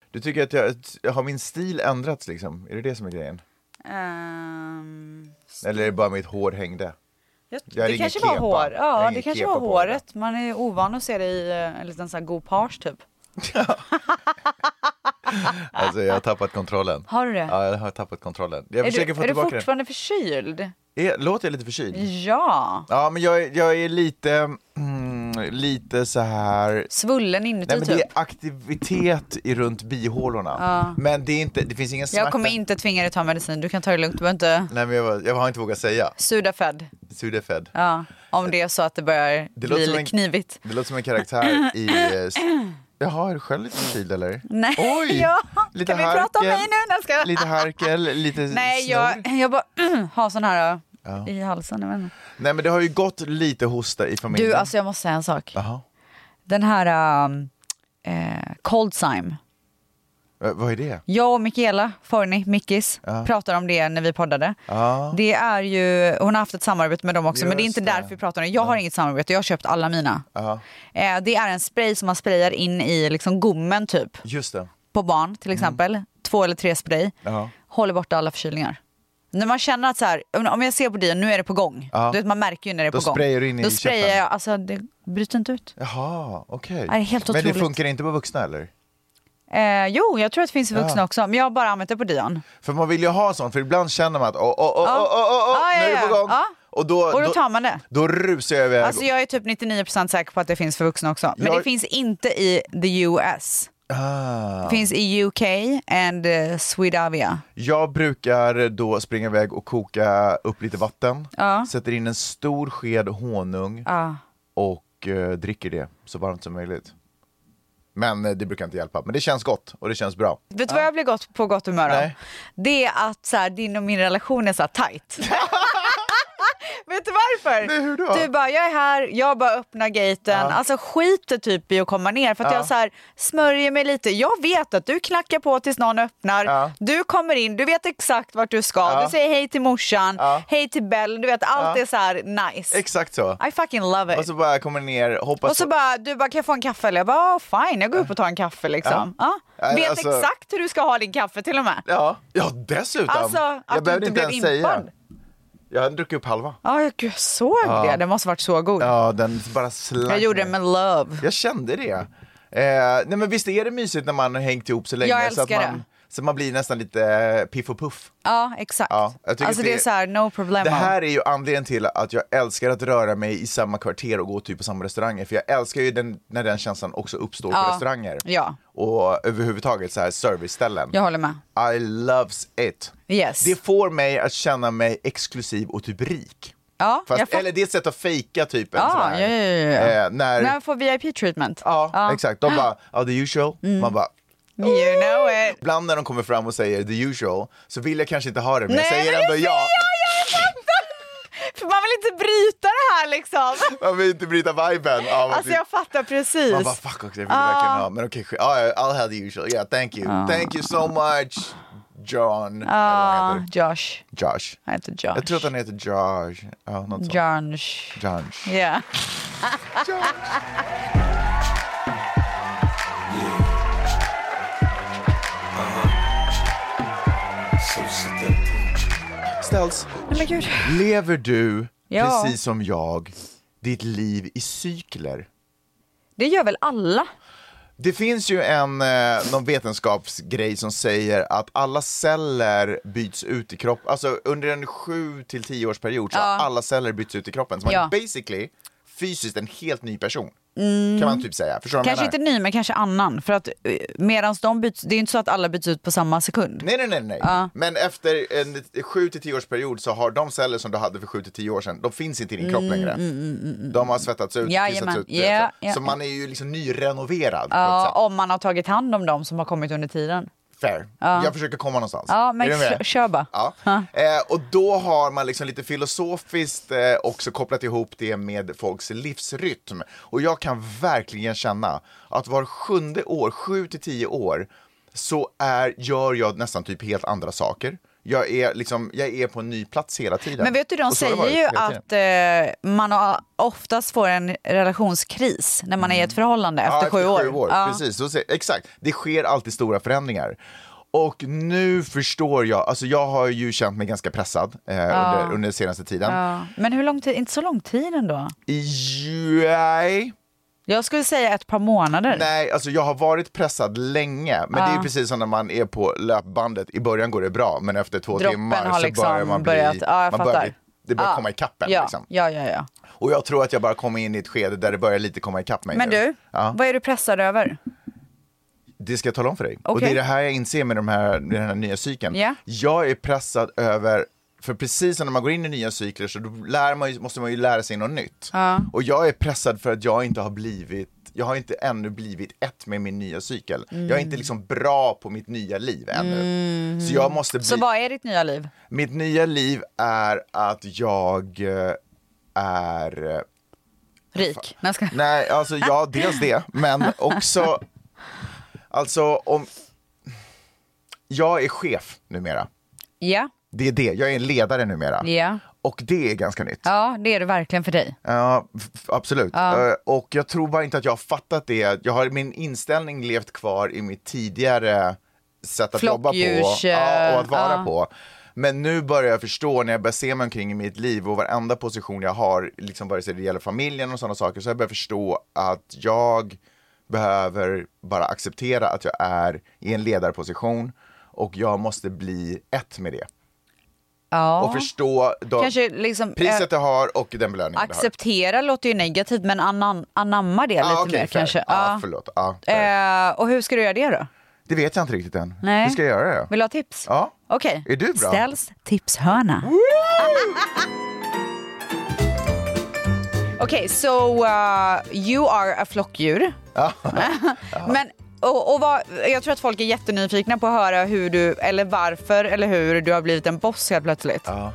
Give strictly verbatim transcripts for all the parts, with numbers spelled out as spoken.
Du tycker att jag, jag har min stil ändrats liksom? Är det det som är grejen? Um, Eller är det bara mitt hår hängde? Jag, jag det kanske var kepa. hår. Ja, det kanske var håret. Det. Man är ovan att se det i en liten sån här god page typ. Alltså jag har tappat kontrollen. Har du det? Ja, jag har tappat kontrollen. Jag är försöker du, få är tillbaka du fortfarande den. förkyld? Är, låter jag lite förkyld? Ja. Ja, men jag, jag är lite, mm, lite så här... Svullen inuti. Nej, men typ. det är aktivitet i runt bihålorna. Ja. Men det är inte, det finns ingen smärta. Jag kommer inte tvinga dig ta medicin. Du kan ta det lugnt. Du behöver inte... Nej, men jag, jag har inte vågat säga. Sudafed. Sudafed. Ja, om det är så att det börjar det bli lite en, knivigt. Det låter som en karaktär i... Jaha, är du själv lite förkyld eller? Nej, Oj, ja. lite Kan vi harkel, prata om mig nu? När ska... Lite harkel, lite Nej, snor. jag, jag bara mm, har sån här ja. i halsen. Jag vet inte. Nej, men det har ju gått lite hosta i familjen. Du, alltså jag måste säga en sak. Aha. Den här um, eh, Coldsime. V- vad är det? Jag och Mikaela Forni, Mickis, Ja. pratade om det när vi poddade. Ja. Det är ju, hon har haft ett samarbete med dem också, Just men det är inte det. därför vi pratar om det. Jag har inget samarbete, jag har köpt alla mina. Ja. Eh, det är en spray som man sprayar in i liksom gommen typ. Just det. På barn till exempel. Mm. Två eller tre spray. Ja. Håller borta alla förkylningar. När man känner att så här, om jag ser på det, nu är det på gång. Ja. Du vet, man märker ju när det är Då på gång. sprayar du in i Då sprayar käppen. jag, alltså det bryter inte ut. Jaha, okej. Det är helt Men det otroligt. funkar inte på vuxna eller? Eh, jo, jag tror att det finns vuxna Ja. också. Men jag har bara använt det på Dion. För man vill ju ha sånt, för ibland känner man att åh, åh, åh, åh, åh, åh, Ja, nu är ja, det på ja. gång. Ja. Och då, Och då tar man det. Då rusar jag iväg. Alltså jag är typ nittionio procent säker på att det finns för vuxna också. Men Jag- det finns inte i the U S. ah. Det finns i U K and uh, Swedavia. Jag brukar då springa iväg och koka upp lite vatten. Ja. Sätter in en stor sked honung Ja. och eh, dricker det så varmt som möjligt. Men eh, det brukar inte hjälpa. Men det känns gott och det känns bra. Vet du vad jag blir gott på gott humör av? Nej. Det är att så här, din och min relation är så här tight. Vet du varför? Nej, hur då? Du bara, jag är här, jag bara öppnar gaten. Ja. Alltså skiter typ i att komma ner. För att Ja. jag så här, smörjer mig lite. Jag vet att du knackar på tills någon öppnar. Ja. Du kommer in, du vet exakt vart du ska. Ja. Du säger hej till morsan, Ja. hej till Bell. Du vet, allt Ja. är så här nice. Exakt så. I fucking love it. Och så bara kommer ner, hoppas Och så på- bara, du bara, kan jag få en kaffe? Eller jag bara, oh, fine, jag går upp och tar en kaffe liksom. Ja. Ja, Vet alltså- exakt hur du ska ha din kaffe till och med. Ja, ja dessutom. Alltså, att jag du behövde inte inte blev ens säga. impad. Jag hade druckit upp halva. Ja, jag gud, såg Ja. det. Det måste varit så god. Ja, den bara slank Jag gjorde det ner. med love. Jag kände det. Eh, nej men visst är det mysigt när man har hängt ihop så länge. Jag så att älskar man, det. Så man blir nästan lite eh, piff och puff. Ja, exakt. Ja, jag tycker alltså att det det- är så här, no problem. Det här är ju anledningen till att jag älskar att röra mig i samma kvarter och gå typ på samma restauranger. För jag älskar ju den, när den känslan också uppstår Ja. på restauranger. Ja. Och överhuvudtaget så här serviceställen. Jag håller med. I loves it. Yes. Det får mig att känna mig exklusiv och typ rik. Ja, Fast, jag får... eller det är ett sätt att fejka typ en Ja, sån ja, här. ja, ja, ja. Eh, när, När jag får V I P-treatment. ja, exakt. De bara, ja, the usual. Mm. Man bara, You know it. ibland när de kommer fram och säger the usual så vill jag kanske inte ha det, men jag Nej, säger men ändå det ja. säger För man vill inte bryta det här liksom. Man vill inte bryta viben. Ja, man, Alltså jag fattar precis. man bara fuck också, jag vill verkligen ha. Men okej, okay, ja, I'll have the usual. Yeah, thank you. Thank you so much, John. Eller vad Ja, han heter. Josh. Josh. Han heter Josh. Jag tror att han heter Josh. Ja, något sånt. Josh. Josh. Ja. Ställs, Nej men gud. lever du Ja. precis som jag ditt liv i cykler? Det gör väl alla? Det finns ju en eh, någon vetenskapsgrej som säger att alla celler byts ut i kroppen. Alltså under en sju till tio års period så Ja. har alla celler byts ut i kroppen. Så man Ja. är basically fysiskt en helt ny person. Kan man typ säga. Förstår du vad jag Kanske menar? inte ny, men kanske annan. För att eh, medans de byts, det är inte så att alla byts ut på samma sekund. Nej, nej, nej, nej. Ja. Men efter en sju till tio års period så har de celler som du hade för sju till tio år sedan, de finns inte i din kropp längre. De har svettats ut, Jajamän. kissats ut. Ja, ja, så ja. man är ju liksom nyrenoverad på ett Ja, sätt. om man har tagit hand om dem som har kommit under tiden. Fair. Jag försöker komma någonstans. Ja, men Är du med? kö- kör bara. Ja. Eh, och då har man liksom lite filosofiskt eh, också kopplat ihop det med folks livsrytm. Och jag kan verkligen känna att var sjunde år, sju till tio år, så är, gör jag nästan typ helt andra saker. Jag är, liksom, jag är på en ny plats hela tiden. Men vet du, de säger ju att eh, man har, oftast får en relationskris när man mm. är i ett förhållande efter, ja, sju, efter år. sju år. Ja. Precis, så, exakt. Det sker alltid stora förändringar. Och nu förstår jag, alltså jag har ju känt mig ganska pressad eh, ja. under, under den senaste tiden. Ja. Men hur lång tid? Inte så lång tid ändå. Nej. Jag skulle säga ett par månader. Nej, alltså jag har varit pressad länge. Men ja. det är ju precis som när man är på löpbandet. I början går det bra, men efter två Droppen timmar så liksom börjar man bli... Börjat, ja, jag man börjar bli det börjar ja. komma i kappen. Ja. Liksom. Ja, ja, ja. Och jag tror att jag bara kommer in i ett skede där det börjar lite komma i kapp mig. Men nu. du, ja. vad är du pressad över? Det ska jag tala om för dig. Okay. Och det är det här jag inser med, de här, med den här nya cykeln. Yeah. Jag är pressad över, för precis som när man går in i nya cykler så då lär man, måste man ju lära sig något nytt. Uh. Och jag är pressad för att jag inte har blivit, jag har inte ännu blivit ett med min nya cykel. Mm. Jag är inte liksom bra på mitt nya liv ännu. Mm. Så jag måste bli... Så vad är ditt nya liv? Mitt nya liv är att jag är... Rik? Nej, ska... Nej, alltså ja, dels det. Men också... Alltså, om... Jag är chef numera. Ja. Det är det. Jag är en ledare numera. Ja. Och det är ganska nytt. Ja, det är det verkligen för dig. Ja, f- absolut. Ja. Uh, och jag tror bara inte att jag har fattat det. Jag har min inställning levt kvar i mitt tidigare sätt att jobba på. Ja, och att vara ja. på. Men nu börjar jag förstå när jag börjar se mig omkring i mitt liv och varenda position jag har, liksom vare sig det gäller familjen och sådana saker, så jag börjar förstå att jag behöver bara acceptera att jag är i en ledarposition och jag måste bli ett med det. Ja. Och förstå de, kanske liksom, priset jag har och den belöningen acceptera jag har. Låter ju negativt, men anam, anamma det ah, lite okay, mer fair. kanske. Ah, ja, förlåt. Ah, eh, och hur ska du göra det då? Det vet jag inte riktigt än. Nej. Hur ska jag göra det? Vill du ha tips? Ja. Okej. Okay. Är du bra? Ställs tipshörna. Okej, okay, so uh, you are a flockdjur. Ja. Men och, och vad, jag tror att folk är jättenyfikna på att höra hur du, eller varför eller hur du har blivit en boss helt plötsligt. Ja.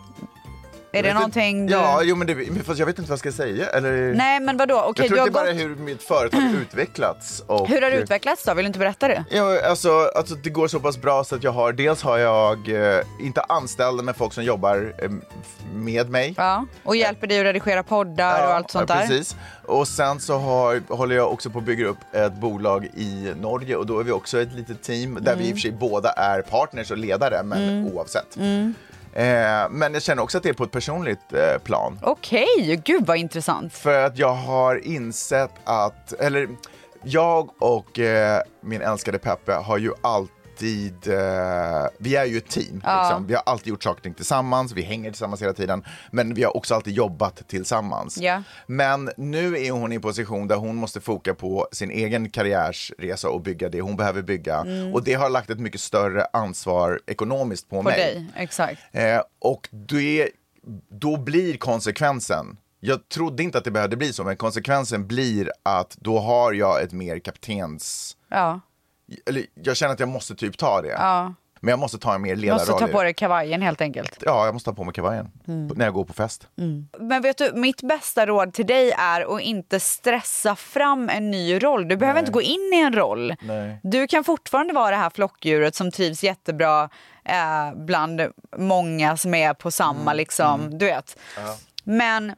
Är det någonting du... Ja, jo, men det, fast jag vet inte vad jag ska säga. Eller... Nej, men vadå? Okay, jag tror du att det har bara gått... är hur mitt företag har utvecklats. Och... Hur har det utvecklats då? Vill du inte berätta det? Ja, alltså, alltså det går så pass bra så att jag har, dels har jag eh, inte anställda med folk som jobbar eh, med mig. Ja, och hjälper dig att redigera poddar ja, och allt sånt ja, där. Precis. Och sen så har, håller jag också på att bygga upp ett bolag i Norge och då är vi också ett litet team där mm. vi i och för sig båda är partners och ledare, men mm. oavsett. Mm. Eh, men jag känner också att det är på ett personligt eh, plan. Okej, okay. Gud vad intressant. För att jag har insett att, eller jag och eh, min älskade Peppe har ju alltid, eh, vi är ju ett team. Ja. Liksom. Vi har alltid gjort saker tillsammans, vi hänger tillsammans hela tiden. Men vi har också alltid jobbat tillsammans. Ja. Men nu är hon i en position där hon måste foka på sin egen karriärsresa och bygga det hon behöver bygga. Mm. Och det har lagt ett mycket större ansvar ekonomiskt på, på mig. Dig. Exakt. Eh, och det, då blir konsekvensen, jag trodde inte att det behövde bli så, men konsekvensen blir att då har jag ett mer kaptens... Ja. Eller jag känner att jag måste typ ta det. Ja. Men jag måste ta en mer ledarroll. Du måste ta på dig kavajen helt enkelt. Ja, jag måste ta på mig kavajen mm. när jag går på fest. Mm. Men vet du, mitt bästa råd till dig är att inte stressa fram en ny roll. Du behöver Nej. inte gå in i en roll. Nej. Du kan fortfarande vara det här flockdjuret som trivs jättebra eh, bland många som är på samma mm. liksom, mm. du vet. Ja. Men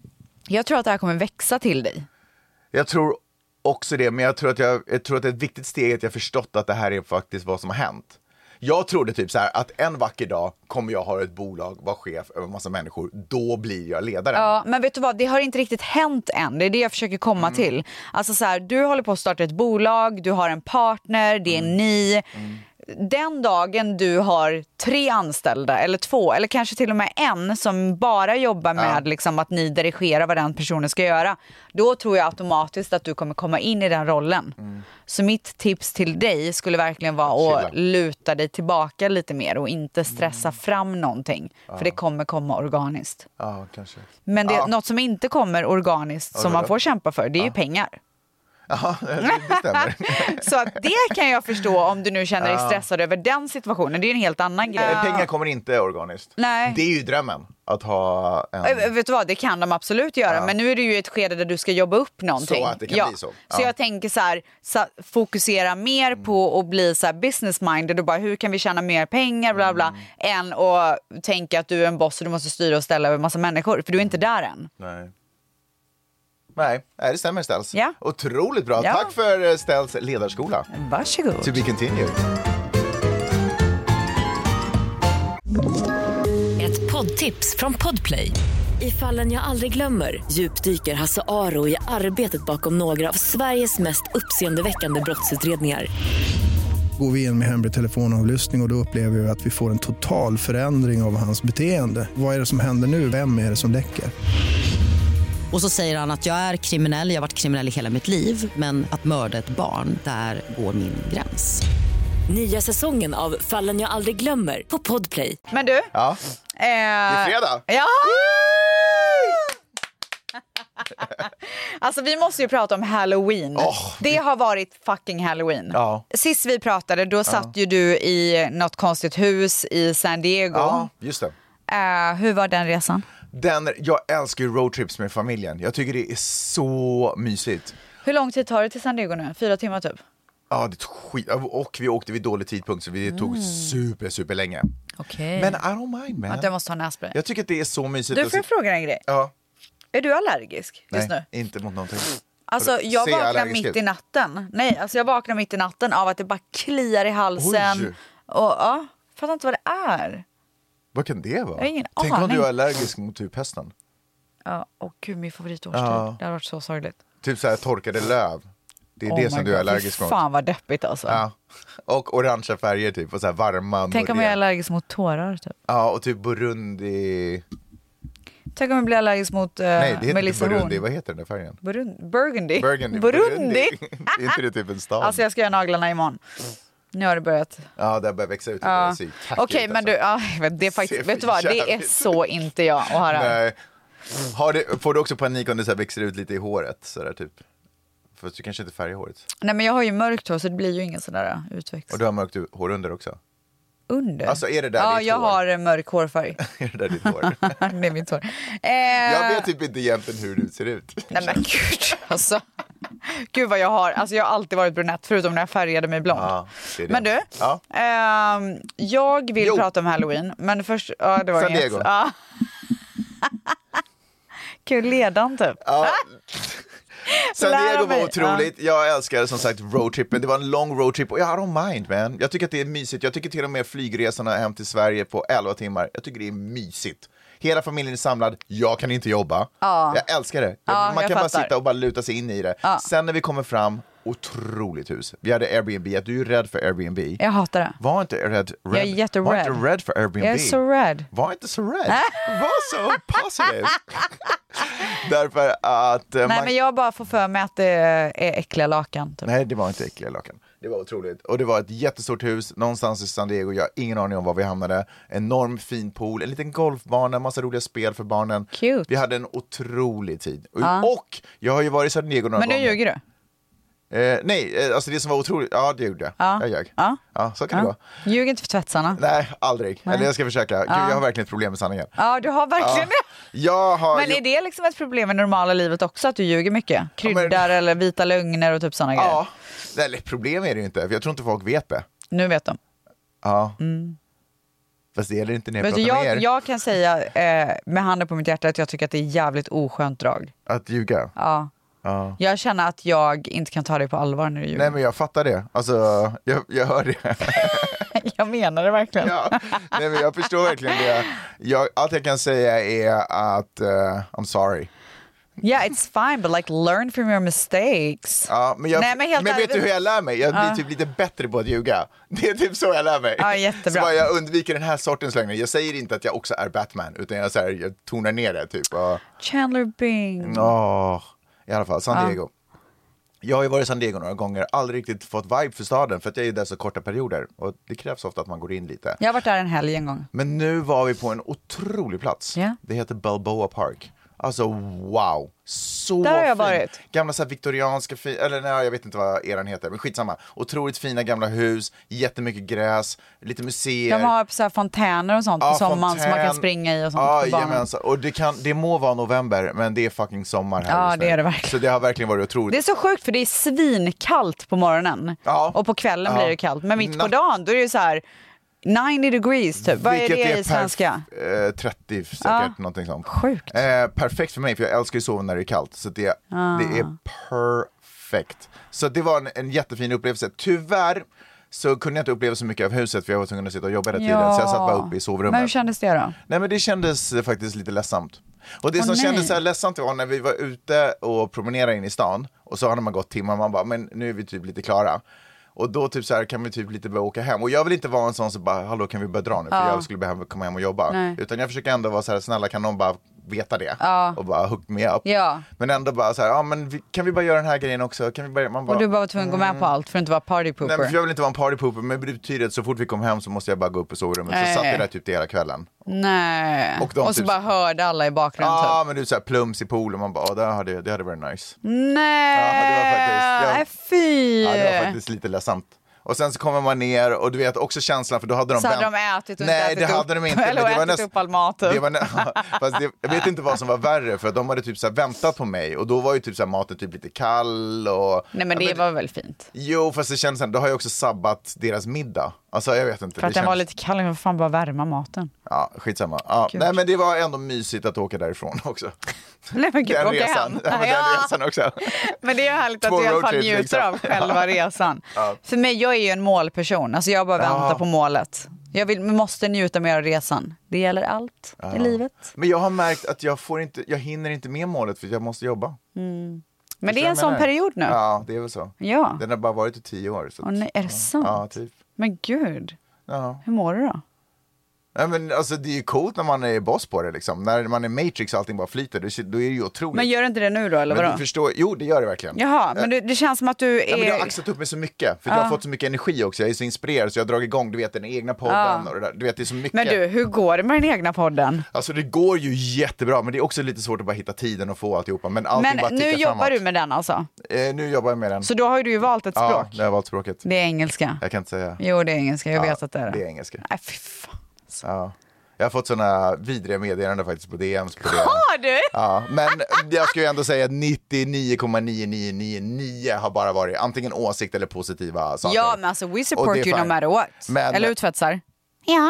jag tror att det här kommer växa till dig. Jag tror också det, men jag tror att, jag, jag tror att det är ett viktigt steg att jag förstått att det här är faktiskt vad som har hänt. Jag trodde typ så här att en vacker dag kommer jag ha ett bolag, vara chef över en massa människor, då blir jag ledare. Ja, men vet du vad, det har inte riktigt hänt än. Det är det jag försöker komma mm. till. Alltså så här, du håller på att starta ett bolag, du har en partner, det är mm. ni. Mm. Den dagen du har tre anställda eller två eller kanske till och med en som bara jobbar med ja. liksom, att ni dirigerar vad den personen ska göra, då tror jag automatiskt att du kommer komma in i den rollen. Mm. Så mitt tips till dig skulle verkligen vara att luta dig tillbaka lite mer och inte stressa mm. fram någonting. Ja. För det kommer komma organiskt. Ja, kanske. Men det, ja. något som inte kommer organiskt som man får kämpa för, det är ja. ju pengar. Ja, det stämmer. Så att det kan jag förstå om du nu känner dig stressad över den situationen. Det är en helt annan grej. Pengar kommer inte organiskt. Nej. Det är ju drömmen. Att ha en... Vet du vad, det kan de absolut göra. Ja. Men nu är det ju ett skede där du ska jobba upp någonting. Så att det kan ja. bli så. Ja. Så jag tänker så här, så fokusera mer mm. på att bli så här business-minded och bara hur kan vi tjäna mer pengar bla bla. Mm. Än att tänka att du är en boss och du måste styra och ställa över massa människor. För du är inte där än. Nej. Nej, det stämmer Ställs. Ja. Otroligt bra. Ja. Tack för Ställs ledarskola. Varsågod. To be continued. Ett poddtips från Podplay. I Fallen jag aldrig glömmer djupdyker Hasse Aro i arbetet bakom några av Sveriges mest uppseendeväckande brottsutredningar. Går vi in med hemlig telefonavlyssning och, och då upplever vi att vi får en total förändring av hans beteende. Vad är det som händer nu? Vem är det som läcker? Och så säger han att jag är kriminell, jag har varit kriminell i hela mitt liv. Men att mörda ett barn, där går min gräns. Nya säsongen av Fallen jag aldrig glömmer på Podplay. Men du? Ja. Eh... Det är fredag. Ja! Alltså vi måste ju prata om Halloween. Oh, det har varit fucking Halloween. Ja. Sist vi pratade, då satt ja. ju du i något konstigt hus i San Diego. Ja, just det. Uh, hur var den resan? Den, jag älskar ju roadtrips med familjen. Jag tycker det är så mysigt. Hur lång tid tar det till San Diego nu? Fyra timmar typ? Ja, det tog skit. Och vi åkte vid dålig tidpunkt så det tog mm. super, super länge. Okej. Men I don't mind, man. Att jag måste ha nässpray. Jag tycker att det är så mysigt. Du, får jag fråga en grej? Ja. Är du allergisk just Nej, nu? inte mot någonting. Alltså jag vaknar mitt ut? i natten. Nej, alltså jag vaknar mitt i natten av att det bara kliar i halsen. Oj. Och ja, fattar inte vad det är. Vad kan det vara? Jag har ingen Tänk aning. om du är allergisk mot typ hästen. Ja, och gud, min favoritårstid. Ja. Det har varit så sorgligt. Typ så här torkade löv. Det är oh det som God. Du är allergisk mot. Fan vad deppigt alltså. Ja. Och orangea färger typ och så här varma. Tänk om jag är allergisk mot tårar typ. Ja, och typ Burundi. Tänk om jag blir allergisk mot uh, Nej, det heter Melissa Burundi. Horn. Vad heter den där färgen? Burund- Burgundy. Burgundy. Burundi. Är inte det typ en stad? Alltså jag ska göra naglarna imorgon. Nu har det börjat. Ja, det har börjat växa ut. Ja. Okej, okay, men du, ja, det är faktiskt, vet du vad, det är så inte jag att höra. Nej. Har det, får du också panik om det så här växer ut lite i håret? Så där, typ? För du kanske inte färgar håret. Nej, men jag har ju mörkt hår så det blir ju ingen sån där utväxt. Och du har mörkt hår under också? Under? Alltså är det där ja, ditt jag hår? har mörk hårfärg. Är det där ditt hår? Det är mitt hår. Eh... Jag vet typ inte egentligen hur du ser ut. Nej men gud, alltså. Gud vad jag har, alltså jag har alltid varit brunett förutom när jag färgade mig blond. Ja, det är det. Men du, ja. eh, jag vill jo. prata om Halloween. Men först, ja det var San inget. Diego. Ja. Kul ledan typ. Ja. San Diego var otroligt. Jag älskar som sagt roadtrippen. Det var en lång roadtrip och jag don't mind, man. Jag tycker att det är mysigt. Jag tycker till och med flygresorna hem till Sverige på elva timmar. Jag tycker det är mysigt. Hela familjen är samlad. Jag kan inte jobba. Ja. Jag älskar det. Ja, Man jag kan fattar. bara sitta och bara luta sig in i det. Ja. Sen när vi kommer fram, otroligt hus. Vi hade Airbnb. Du är rädd för Airbnb. Jag hatar det. Var inte rädd. rädd. Jag är jätterädd. Var inte rädd för Airbnb. Jag är så rädd. Var inte så rädd. Var så positiv. Därför att... Uh, Nej, man... men jag bara får för mig att det är äckliga lakan. Typ. Nej, det var inte äckliga lakan. Det var otroligt. Och det var ett jättestort hus någonstans i San Diego. Jag har ingen aning om var vi hamnade. Enorm fin pool, en liten golfbana, en massa roliga spel för barnen. Cute. Vi hade en otrolig tid. Ja. Och jag har ju varit i San Diego några men gånger. Men nu ljuger du? Eh, nej, alltså det som var otroligt, ja det gjorde jag. Ja. Jag ljög. Ja. Ja, så kan ja. det vara. Ljug inte för tvättsarna. Nej, aldrig. Nej. Eller jag ska försöka. Gud, ja. jag har verkligen ett problem med sanningen. Ja, du har verkligen ja. det. Jag har, men är det liksom ett problem i normala livet också att du ljuger mycket? Kryddar ja, men... eller vita lögner och typ sådana ja. grejer? Eller problem är det ju inte, för jag tror inte folk vet det. Nu vet de. Ja. Mm. Fast det gäller inte när jag Vet pratar du, jag, med er. jag kan säga eh, med handen på mitt hjärta att jag tycker att det är jävligt oskönt drag. Att ljuga? Ja. Ja. Jag känner att jag inte kan ta dig på allvar när du ljuger. Nej, men jag fattar det. Alltså, jag, jag hör det. Jag menar det verkligen. Ja. Nej, men jag förstår verkligen det. Jag, allt jag kan säga är att uh, I'm sorry. Yeah, it's fine, but like learn from your mistakes. Ja, men jag, Nej, men helt men vet du hur jag lär mig? Jag blir ja. typ lite bättre på att ljuga. Det är typ så jag lär mig. Ja, jättebra. Så bara jag undviker den här sortens lögner. Jag säger inte att jag också är Batman, utan jag, så här, jag tonar ner det typ. Och... Chandler Bing. Oh, i alla fall, San Diego. Ja. Jag har ju varit i San Diego några gånger, aldrig riktigt fått vibe för staden för att jag är där så korta perioder och det krävs ofta att man går in lite. Jag har varit där en helg en gång. Men nu var vi på en otrolig plats. Yeah. Det heter Balboa Park. Alltså wow. Så där har jag fin. varit. Gamla så här viktorianska, fi- eller nej, jag vet inte vad eran heter, men skitsamma. Otroligt fina gamla hus, jättemycket gräs, lite museer. De har så här fontäner och sånt ja, på sommaren fontän. som man kan springa i och sånt ja, på banan. Jajamän, och det, kan, det må vara november, men det är fucking sommar här. Ja, det är det verkligen. Så det har verkligen varit otroligt. Det är så sjukt för det är svinkallt på morgonen. Ja. Och på kvällen Ja. blir det kallt. Men mitt på Natt- dagen då är det så här nittio degrees typ. Vad är Vilket det är i svenska? perf- eh, trettio säkert, Ja. någonting sånt. Sjukt. Eh, perfekt för mig, för jag älskar ju sova när det är kallt. Så det, Ah. det är perfekt. Så det var en, en jättefin upplevelse. Tyvärr så kunde jag inte uppleva så mycket av huset, för jag var tvungen att sitta och jobba hela tiden. Så jag satt bara uppe i sovrummet. Men hur kändes det då? Nej, men det kändes eh, faktiskt lite ledsamt. Och det Åh, som nej. kändes så här ledsamt var när vi var ute och promenerade in i stan. Och så hade man gått timmar, man bara, men nu är vi typ lite klara. Och då typ så här kan vi typ lite börja åka hem. Och jag vill inte vara en sån som bara, hallå kan vi börja dra nu? För Ja. jag skulle behöva komma hem och jobba. Nej. Utan jag försöker ändå vara så här, snälla kan någon bara veta det? Ja. Och bara hook me up. Ja. Men ändå bara så här, ja men vi, kan vi bara göra den här grejen också? Kan vi bara, man bara, Och du bara var tvungen att gå med på allt för att inte vara party pooper. nej men för jag vill inte vara en partypooper, men det betyder att så fort vi kom hem så måste jag bara gå upp i sovrummet. Så Nej. satt jag där typ det hela kvällen. Nej. Och Och, de så typ- bara hörde alla i bakgrunden Ja, typ. men du är så här plums i poolen, man bara, det hade, det hade varit nice. Nej. Ja, det var faktiskt- jag- Nej, fy. Ja, det var faktiskt lite ledsamt. Och sen så kommer man ner och du vet också känslan, för då hade de Så hade vänt- de ätit och Nej, inte ätit det upp. hade de inte. Eller men det var ätit näst- upp all mat typ. det var nä- Fast det, jag vet inte vad som var värre, för att de hade typ så här väntat på mig och då var ju typ så här maten typ lite kall och... Nej men ja, det var väl fint. Jo, fast det känns, då har jag också sabbat deras middag. Alltså jag vet inte. För att det den var känns- lite kall, jag får fan bara värma maten. Ja, skitsamma. Ja, nej men det var ändå mysigt att åka därifrån också. Nej men gud, Den åka resan. hem. Ja, men Ja. den resan också. Men det är härligt att Två du i alla fall roadtrip, njuter liksom. av själva resan. Ja. För mig, jag är ju en målperson. Alltså jag bara väntar Ja. på målet. Jag vill, måste njuta mer av resan. Det gäller allt i livet. Men jag har märkt att jag får inte, jag hinner inte med målet för jag måste jobba. Men Förstår det är en jag sån menar? period nu. Ja, det är väl så. Ja. Den har bara varit i tio år. Så Åh, nej, är det sant? Ja, typ. Men gud, Ja. hur mår du då? Ja, men alltså, det är ju coolt när man är boss på det liksom. När man är Matrix och allting bara flyter, då, då är det ju otroligt. Men gör inte det nu då, eller Men vadå? du förstår, jo det gör det verkligen. Jaha, men du, det känns som att du är... Ja, men jag har axat upp mig så mycket, för jag har fått så mycket energi också. Jag är så inspirerad så jag har dragit igång, du vet, den egna podden Ja. och det där. Du vet, det är så mycket. Men du, hur går det med den egna podden? Alltså det går ju jättebra, men det är också lite svårt att bara hitta tiden och få alltihopa. Men allting Men bara nu tickar jobbar framåt. du med den alltså? Eh, nu jobbar jag med den. Så då har ju du ju valt ett Ja, språk. jag har valt språket. Det är engelska. Jag kan inte säga. Jo, det är engelska. Jag Ja, vet att det är det. det är engelska. Nej, fy fan. Ja. Jag har fått såna vidriga meddelanden faktiskt på D Ms på det. Har du? Ja, men jag ska ju ändå säga att nittionio komma nio nio nio nio har bara varit antingen åsikt eller positiva saker. Ja, men alltså we Och det support är you no fine. matter what. Men- Eller utfetsar? Ja.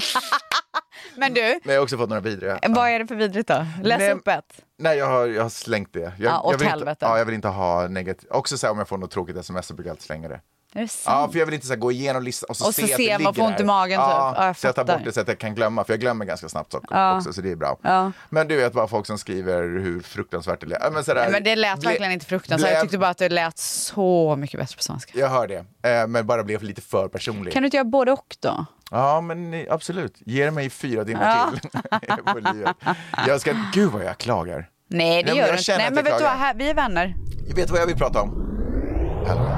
Men du, Men jag har också fått några vidriga. vad är det för vidrigt då? Läs Nej, upp ett. Nej, jag har, jag har slängt det. Jag, Ja, åt jag vill helvete. Inte, ja, jag vill inte ha negativt. Också så här, om jag får något tråkigt sms så brukar jag alltid slänga det. Är det Ja, sant? för jag vill inte så här, gå igenom listan och så, Och så se att ser det man, ligger får ont i där. magen, typ. Ja, Ja, jag så jag tar fattar. bort det så att jag kan glömma, för jag glömmer ganska snabbt så, Ja. också, så det är bra. Ja. Men du vet bara folk som skriver hur fruktansvärt det lät. Ja, men, sådär, Nej, men det lät ble- verkligen inte fruktansvärt. Jag blev- tyckte bara att det lät så mycket bättre på svenska. Jag hör det, eh, men bara blev lite för personlig. Kan du inte göra både och då? Ja, men eh, absolut. Ge mig fyra timmar Ja. till på livet. Jag ska, gud vad jag klagar. Nej, det men gör jag du inte. känner Nej, att men jag vet du vad, klagar. här, vi är vänner. Vet du vad jag vill prata om? Halloween.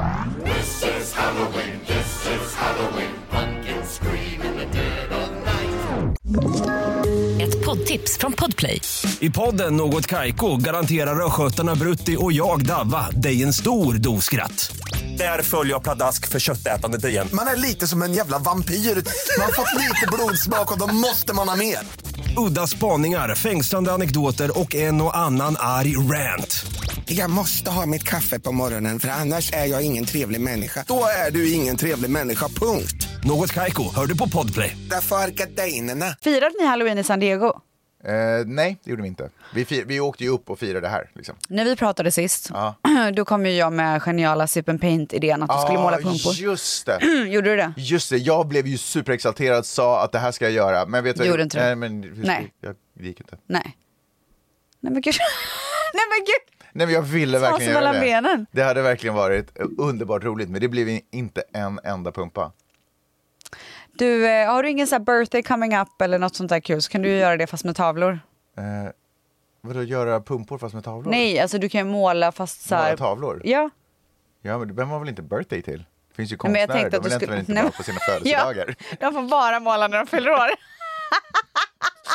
Ett poddtips från Podplay. I podden Något Kaiko garanterar östgötarna Brutti och jag Davva dig en stor dos skratt. Där följer jag pladask för köttätandet igen. Man är lite som en jävla vampyr. Man har fått lite blodsmak och då måste man ha mer. Udda spaningar, fängslande anekdoter och en och annan arg rant. Jag måste ha mitt kaffe på morgonen för annars är jag ingen trevlig människa. Då är du ingen trevlig människa, punkt. Något Kaiko, hör du på Podplay. Därför är gardinerna. Firade ni halloween i San Diego? Eh, nej, det gjorde vi inte. Vi, fir- vi åkte ju upp och firade här. Liksom. När vi pratade sist, Ja. då kom ju jag med geniala Sip and Paint-idén att du skulle måla pumpor. Just det. Gjorde du det? Just det, jag blev ju superexalterad, sa att det här ska jag göra. Men vet du vad? Gjorde inte det? Nej, men hur ska- Nej. Jag, det gick inte. Nej. Nej men gud. Nej men gud. Nej, men jag ville Ta verkligen sig göra mellan det. benen. Det hade verkligen varit underbart roligt, men det blev inte en enda pumpa. Du, eh, har du ingen så här birthday coming up eller något sånt där kul så kan du ju göra det fast med tavlor. Eh, vadå, göra pumpor fast med tavlor? Nej, alltså du kan ju måla fast så här. Måla tavlor? Ja. Ja, men vem har väl inte birthday till? Det finns ju Nej, men jag konstnärer, tänkte att de du vill skulle... inte Nej, bara på sina födelsedagar. Ja, de får bara måla när de fyller år.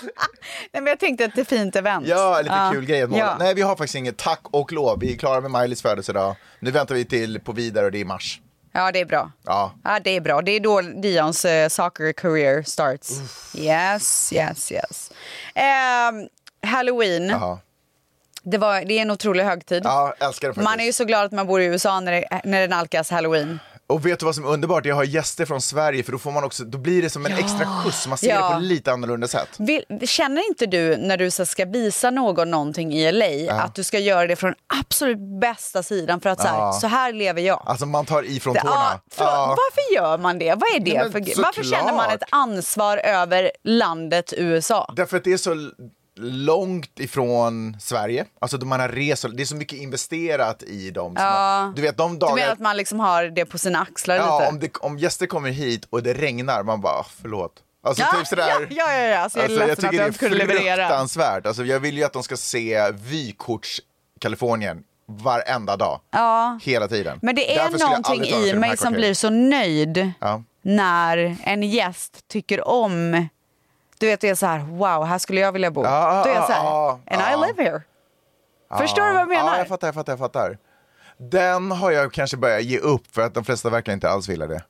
Nej, men jag tänkte att det är fint event. Ja, lite ja. kul grej att måla. Ja. Nej, vi har faktiskt inget tack och lov. Vi är klara med Miley's födelsedag. Nu väntar vi till på vidare och det är i mars. Ja, det är bra. Ja. Ja, det är bra. Det är då Dions uh, soccer career starts. Uff. Yes, yes, yes. Um, Halloween. Jaha. Det, var, det är en otrolig högtid. Ja, älskar det faktiskt. Man är ju så glad att man bor i U S A när det, när det nalkas Halloween. Och vet du vad som är underbart? Jag har gäster från Sverige för då får man också, då blir det som en ja. extra skjuts. Man ser ja. det på lite annorlunda sätt. Vill, känner inte du när du så ska visa någon någonting i L A ja. att du ska göra det från absolut bästa sidan för att så här, ja. så här lever jag. Alltså man tar ifrån tårna. Ja, för, ja. Varför gör man det? Vad är det Nej, för, varför klart. känner man ett ansvar över landet U S A? Därför att det är så långt ifrån Sverige. Alltså man har rest, det är så mycket investerat i dem. Ja. Man, du vet de dagar. Du menar att man liksom har det på sina axlar ja, lite? Om, det, om gäster kommer hit och det regnar, man bara förlåt. Alltså ja, typ sådär. Ja, ja, ja. Alltså, jag är alltså, ledsen jag att jag inte kunde leverera. Det är fruktansvärt. Alltså, jag vill ju att de ska se vykorts Kalifornien varenda dag. Ja. Hela tiden. Men det är någonting i mig som blir så nöjd ja. när en gäst tycker om. Du vet, det är så här, wow, här skulle jag vilja bo. Ja, Då är jag så här, ja, and ja. I live here. Ja. Förstår du vad jag menar? Ja, jag fattar, jag fattar, jag fattar. Den har jag kanske börjat ge upp för att de flesta verkligen inte alls vill det.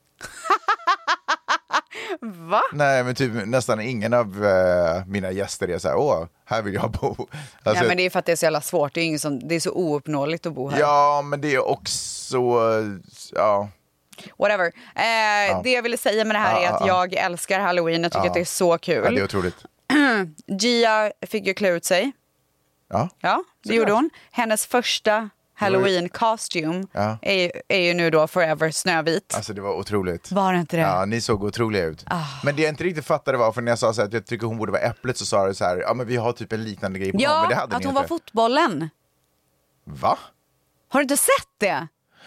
Va? Nej, men typ nästan ingen av uh, mina gäster är så här, åh, här vill jag bo. Alltså, ja, men det är för att det är så jävla svårt. Det är, ingen som, det är så ouppnåeligt att bo här. Ja, men det är också, ja... Whatever. Eh, ja. Det jag ville säga med det här ja, är att ja. jag älskar Halloween. Jag tycker ja. att det är så kul. Ja, det är otroligt. Gia fick ju klä ut sig. Ja, ja det så gjorde klart. hon. Hennes första Halloween-costume ja. är, är ju nu då Forever Snövit. Alltså det var otroligt. Var det inte det? Ja, ni såg otroliga ut. Ah. Men det jag inte riktigt fattade var, för när jag sa så här, att jag tycker hon borde vara äpplet, så sa du så här, ja men vi har typ en liknande grej på ja, gång. Men det hade att ni hon inte. var fotbollen. Va? Har du inte sett det?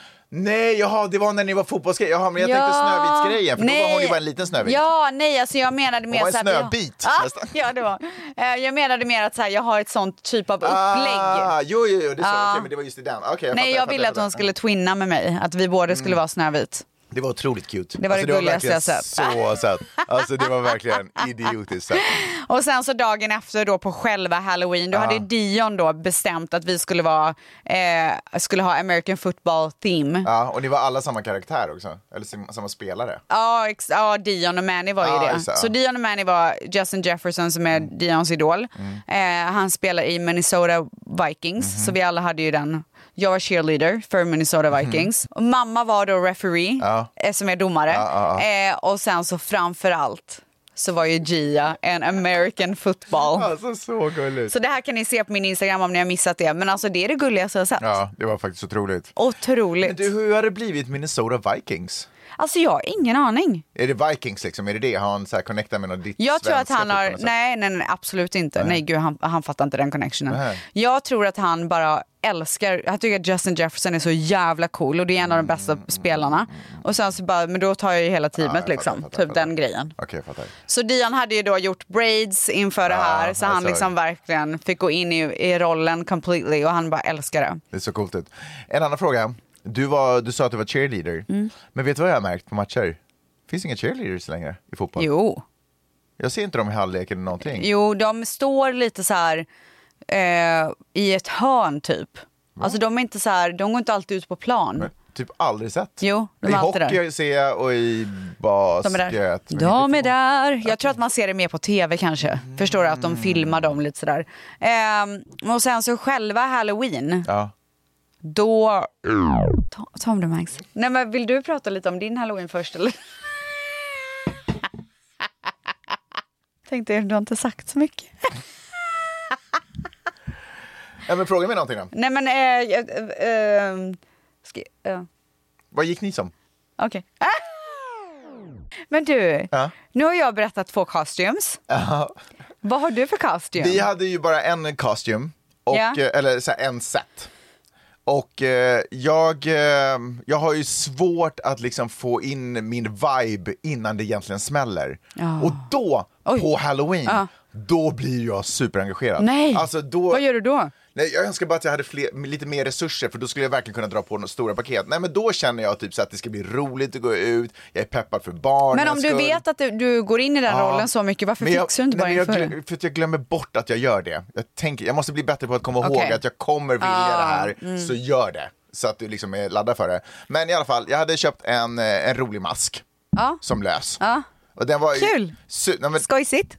Nej, jaha, det var när ni var fotbollsgrej. Jaha, men jag ja. tänkte Snövitsgrejen, för nej. då var hon ju bara en liten Snövit. Ja, nej, alltså jag menade mer hon var så en snöbit. Jag... Ah, ja, det var. Uh, jag menade mer att så här, jag har ett sånt typ av upplägg. Ah, jo, jo, jo, det är så. Ah. Okej, men det var just i den. Okay, jag nej, fattar, jag, jag ville att hon skulle twinna med mig. Att vi båda skulle mm. vara Snövit. Det var otroligt cute. Det var alltså, det gulligaste jag sett. Så sett. Alltså det var verkligen idiotiskt sett. Och sen så dagen efter då på själva Halloween, då ja. hade Dion då bestämt att vi skulle vara eh, skulle ha American football theme. Ja, och ni var alla samma karaktär också, eller samma spelare. Ja, ex- ja Dion och Manny var ju ja, det. Så, ja. så Dion och Manny var Justin Jefferson som är mm. Dions idol. Mm. Eh, han spelar i Minnesota Vikings, mm. så vi alla hade ju den. Jag var cheerleader för Minnesota Vikings. Mm. Och mamma var då referee, ja. som är domare. Ja, ja, ja. Eh, och sen så framförallt så var ju Gia en American football. Alltså så gulligt. Så det här kan ni se på min Instagram om ni har missat det. Men alltså det är det gulligaste jag har sett. Ja, det var faktiskt otroligt. Otroligt. Men du, hur har det blivit Minnesota Vikings? Alltså jag har ingen aning. Är det Vikings liksom? Är det det? Har han så här connectat med något ditt Jag tror att han har, nej, nej, nej, absolut inte. Nej, nej gud, han, han fattar inte den connectionen. Nej. Jag tror att han bara älskar, han tycker att Justin Jefferson är så jävla cool och det är en av de bästa mm. spelarna. Och sen så bara, men då tar jag ju hela teamet ja, jag liksom, fattar, fattar, typ fattar. den grejen. Okej, fattar. Så Dion hade ju då gjort braids inför ja, det här, så han liksom verkligen fick gå in i, i rollen completely och han bara älskar det. Det är så coolt ut. En annan fråga. Du, var, du sa att du var cheerleader. Mm. Men vet du vad jag har märkt på matcher? Finns inga cheerleaders längre i fotboll? Jo. Jag ser inte dem i halvlek eller någonting. Jo, de står lite så här eh, i ett hörn typ. Va? Alltså de är inte så här, de går inte alltid ut på plan. Men, typ aldrig sett. Jo, de I är alltid hockey där. ser jag och i basket. De är där. De är där. Jag tror att man ser det mer på tv kanske. Mm. Förstår du att de filmar dem lite sådär. Eh, och sen så själva Halloween. Ja. Då... Tom the Max. Nej, men vill du prata lite om din Halloween först eller? Tänkte du har inte sagt så mycket. Ja, men fråga mig någonting då. Nej men äh, äh, äh, ska, äh. Vad gick ni som? Okej. Okay. Ah! Men du, ja. Nu har jag berättat två costumes. Ja. Vad har du för costume? Vi hade ju bara en costume och ja. eller så här, en set. Och eh, jag, eh, jag har ju svårt att liksom få in min vibe innan det egentligen smäller. Oh. Och då, Oj. på Halloween, uh. då blir jag superengagerad. Nej, alltså då, vad gör du då? Nej, jag önskar bara att jag hade fler, lite mer resurser, för då skulle jag verkligen kunna dra på några stora paket. Nej, men då känner jag typ så att det ska bli roligt att gå ut, jag är peppad för barnen. Men om du skull. vet att du, du går in i den Ja. rollen så mycket, varför Men fixar du inte bara nej, inför jag, det? För att jag glömmer bort att jag gör det. Jag, tänker, jag måste bli bättre på att komma Okej. ihåg att jag kommer vilja Ah, det här, mm. så gör det. Så att du liksom är laddad för det. Men i alla fall, jag hade köpt en, en rolig mask Ja. som lös. Ja. Och den var ju, Kul! Su- nej, men, Skojsigt.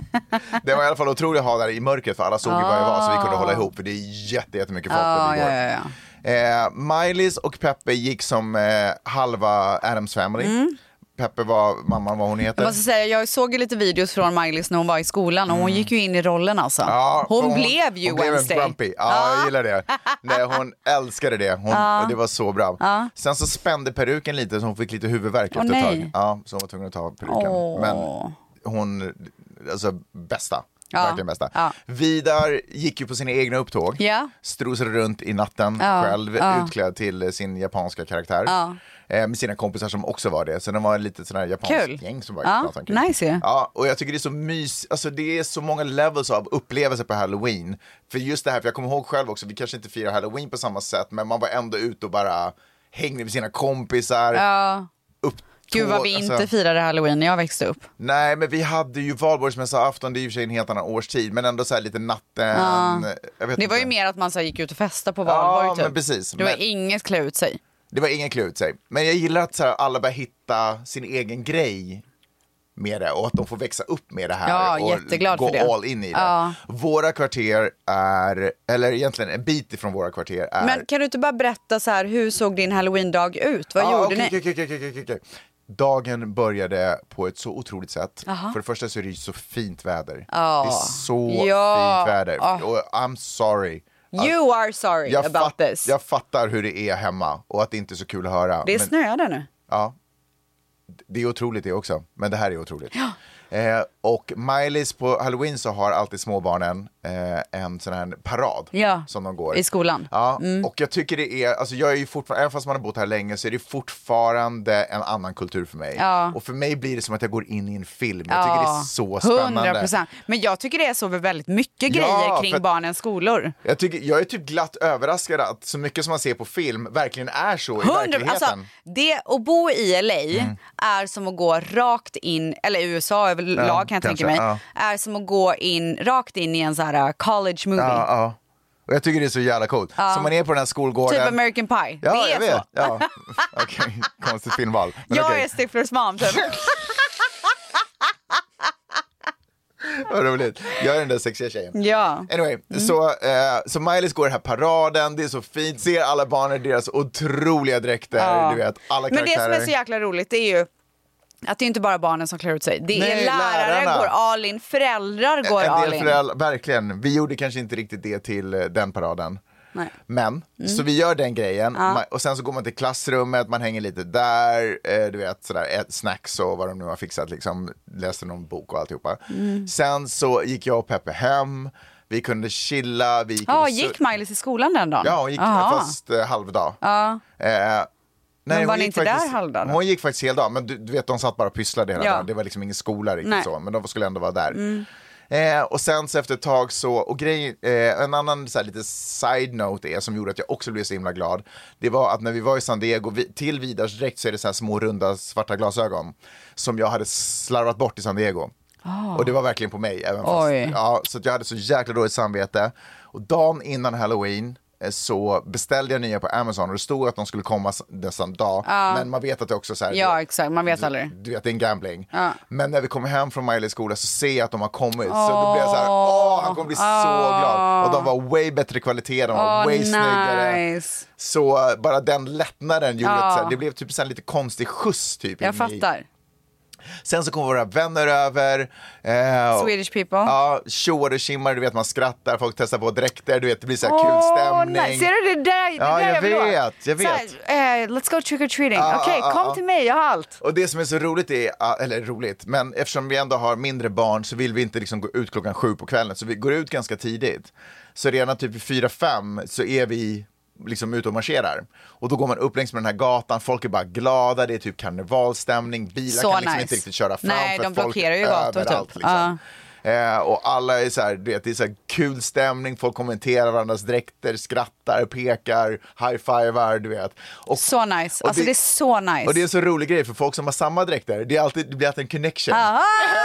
den var i alla fall otroligt att ha där i mörkret, för alla såg ju vad jag var, så vi kunde hålla ihop. För det är jätte, jättemycket folk Ah, där vi går. ja, ja, ja. Eh, Miley's och Peppe gick som eh, halva Addams Family. Mm. Peppe var mamman, vad hon heter. Jag måste säga, jag såg ju lite videos från Miley's när hon var i skolan och hon gick ju in i rollen alltså. Ja, hon, hon blev ju hon blev en Wednesday. grumpy. Ja, jag gillar det. Nej, hon älskade det. Hon, Ja. och det var så bra. Ja. Sen så spände peruken lite så hon fick lite huvudvärk Åh, efter ett nej. tag. Ja, så hon var tvungen att ta peruken. Åh. Men hon, alltså bästa. Ja. Verkligen bästa. Ja. Vidar gick ju på sina egna upptåg. Ja. Strosade runt i natten Ja. själv, Ja. utklädd till sin japanska karaktär. Ja. Eh, med sina kompisar som också var det. Så det var ett litet sån här japanskt Kul. gäng som var Ja, ganska kul. nice ju. Ja, och jag tycker det är så mys, alltså det är så många levels av upplevelser på Halloween. För just det här, för jag kommer ihåg själv också, vi kanske inte firar Halloween på samma sätt, men man var ändå ute och bara hängde med sina kompisar. Ja. Upp Gud vad vi alltså, inte firade Halloween när jag växte upp. Nej, men vi hade ju valborgsmässoafton, det är ju i och för sig en helt annan årstid, men ändå så här lite natten. Ja. Jag vet Det var inte. ju mer att man så här, gick ut och festade på valborg Ja, typ. men precis. Det var Men- inget klä ut sig. Det var ingen klä ut sig. Men jag gillar att så här, alla börjar hitta sin egen grej med det och att de får växa upp med det här Ja, och jätteglad gå för det. all in i det. Ja. Våra kvarter är, eller egentligen en bit ifrån våra kvarter är... Men kan du inte bara berätta så här, hur såg din Halloween-dag ut? Vad Ja, gjorde okej, ni? okej, okej, okej, okej, okej. Dagen började på ett så otroligt sätt. Aha. För det första så är det ju så fint väder. Ja. Det är så Ja. fint väder. Ah. Och I'm sorry. You are sorry Jag, about fatt, this. jag fattar hur det är hemma och att det inte är så kul att höra. Det är men- snöade nu. Ja, det är otroligt det också, men det här är otroligt. Eh, och Miley's på Halloween så har alltid småbarnen eh, en sån här parad Ja, som de går i skolan. Ja, och jag tycker det är, alltså jag är ju fortfarande, även fast man har bott här länge så är det fortfarande en annan kultur för mig. Ja. Och för mig blir det som att jag går in i en film. Jag tycker det är så spännande. hundra procent. Men jag tycker det är så väldigt mycket Ja, grejer kring för- barnens skolor. Jag, tycker, jag är typ glatt överraskad att så mycket som man ser på film verkligen är så i Hundra, verkligheten. alltså, det, att bo i L A Mm. är som att gå rakt in, eller i U S A överlag Ja, kan jag kanske, tänka mig, ja. är som att gå in rakt in i en så här uh, college movie. Ja, ja. Och jag tycker det är så jävla coolt. Så man är på den här skolgården. Typ American Pie. Ja, det är jag vet. så. Ja. Okej, konstigt filmval. Men Jag okej. är Stiflers mom typ. Vad roligt. Jag är den där sexiga tjejen. Ja. Anyway, så, eh, så Miley's går den här paraden, det är så fint, ser alla barnen i deras otroliga dräkter, Ja. du vet, alla Men det karaktärer. som är så jäkla roligt det är ju att det är inte bara barnen som klär ut sig. Det är Nej, lärare lärarna. går all in, föräldrar går En all del in. föräldrar, verkligen. Vi gjorde kanske inte riktigt det till eh, den paraden. Nej. Men, Mm. så vi gör den grejen Ma- och sen så går man till klassrummet, man hänger lite där, eh, du vet sådär, ät snacks och vad de nu har fixat, liksom, läste någon bok och alltihopa. Mm. Sen så gick jag och Peppe hem, vi kunde chilla, vi gick Ja, och gick su- Miley till skolan den dagen? Ja, hon gick Aha. fast eh, halvdag. Ja. Eh, nej, Men var hon ni gick inte där faktiskt- halvdag då? Hon gick faktiskt hel dag, men du, du vet de satt bara och pysslade hela Ja. dagen. Det var liksom ingen skola riktigt Nej. så, men de skulle ändå vara där. Eh, och sen så efter ett tag så, och grej, eh, en annan så här, lite side note är som gjorde att jag också blev så himla glad. Det var att när vi var i San Diego, vi, till Vidars dräkt så är det så här små runda svarta glasögon som jag hade slarvat bort i San Diego. Och det var verkligen på mig. Även fast, Oj. ja, så att jag hade så jäkla dåligt samvete. Och dagen innan Halloween eh, så beställde jag nya på Amazon och det stod att de skulle komma s- dessa dag. Men man vet att det också så här, Ja, det, exakt. Man vet aldrig. du vet, det är en gambling. Ja. Men när vi kommer hem från Miley's skola så ser jag att de har kommit. Så då blir jag så här, åh, han kommer bli så glad. Och de var way bättre kvalitet, de var Åh, way snyggare. nice. Så uh, bara den lättnaden gjorde Ja. att så här, det blev typ så här lite konstig skjuts typ. Jag in i- fattar. Sen så kom våra vänner över. Eh, och- Swedish people. Ja, tjoar och kimmar, du vet man skrattar, folk testar på dräkter, du vet det blir så här kul stämning. Nej. Ser du det där? Det Ja, där jag vill ha. vet, jag vet. Så här, eh, let's go trick or treating. Ja, Okej, ja, kom ja. till mig, jag har allt. Och det som är så roligt är, eller roligt, men eftersom vi ändå har mindre barn så vill vi inte liksom gå ut klockan sju på kvällen, så vi går ut ganska tidigt. Så redan typ i fyra, fem så är vi liksom ute och marscherar. Och då går man upp längs med den här gatan, folk är bara glada, det är typ karnevalstämning, bilar Så kan liksom nice. inte riktigt köra fram Nej, för de att folk blockerar ju är gator, överallt, typ. liksom. Eh, och alla är så här, det är så här kul stämning, folk kommenterar varandras dräkter, skrattar, pekar, high-fivar, du vet. Och, så nice, alltså det, det är så nice. Och det är en så rolig grej för folk som har samma dräkter, det, är alltid, det blir alltid en connection. Aha!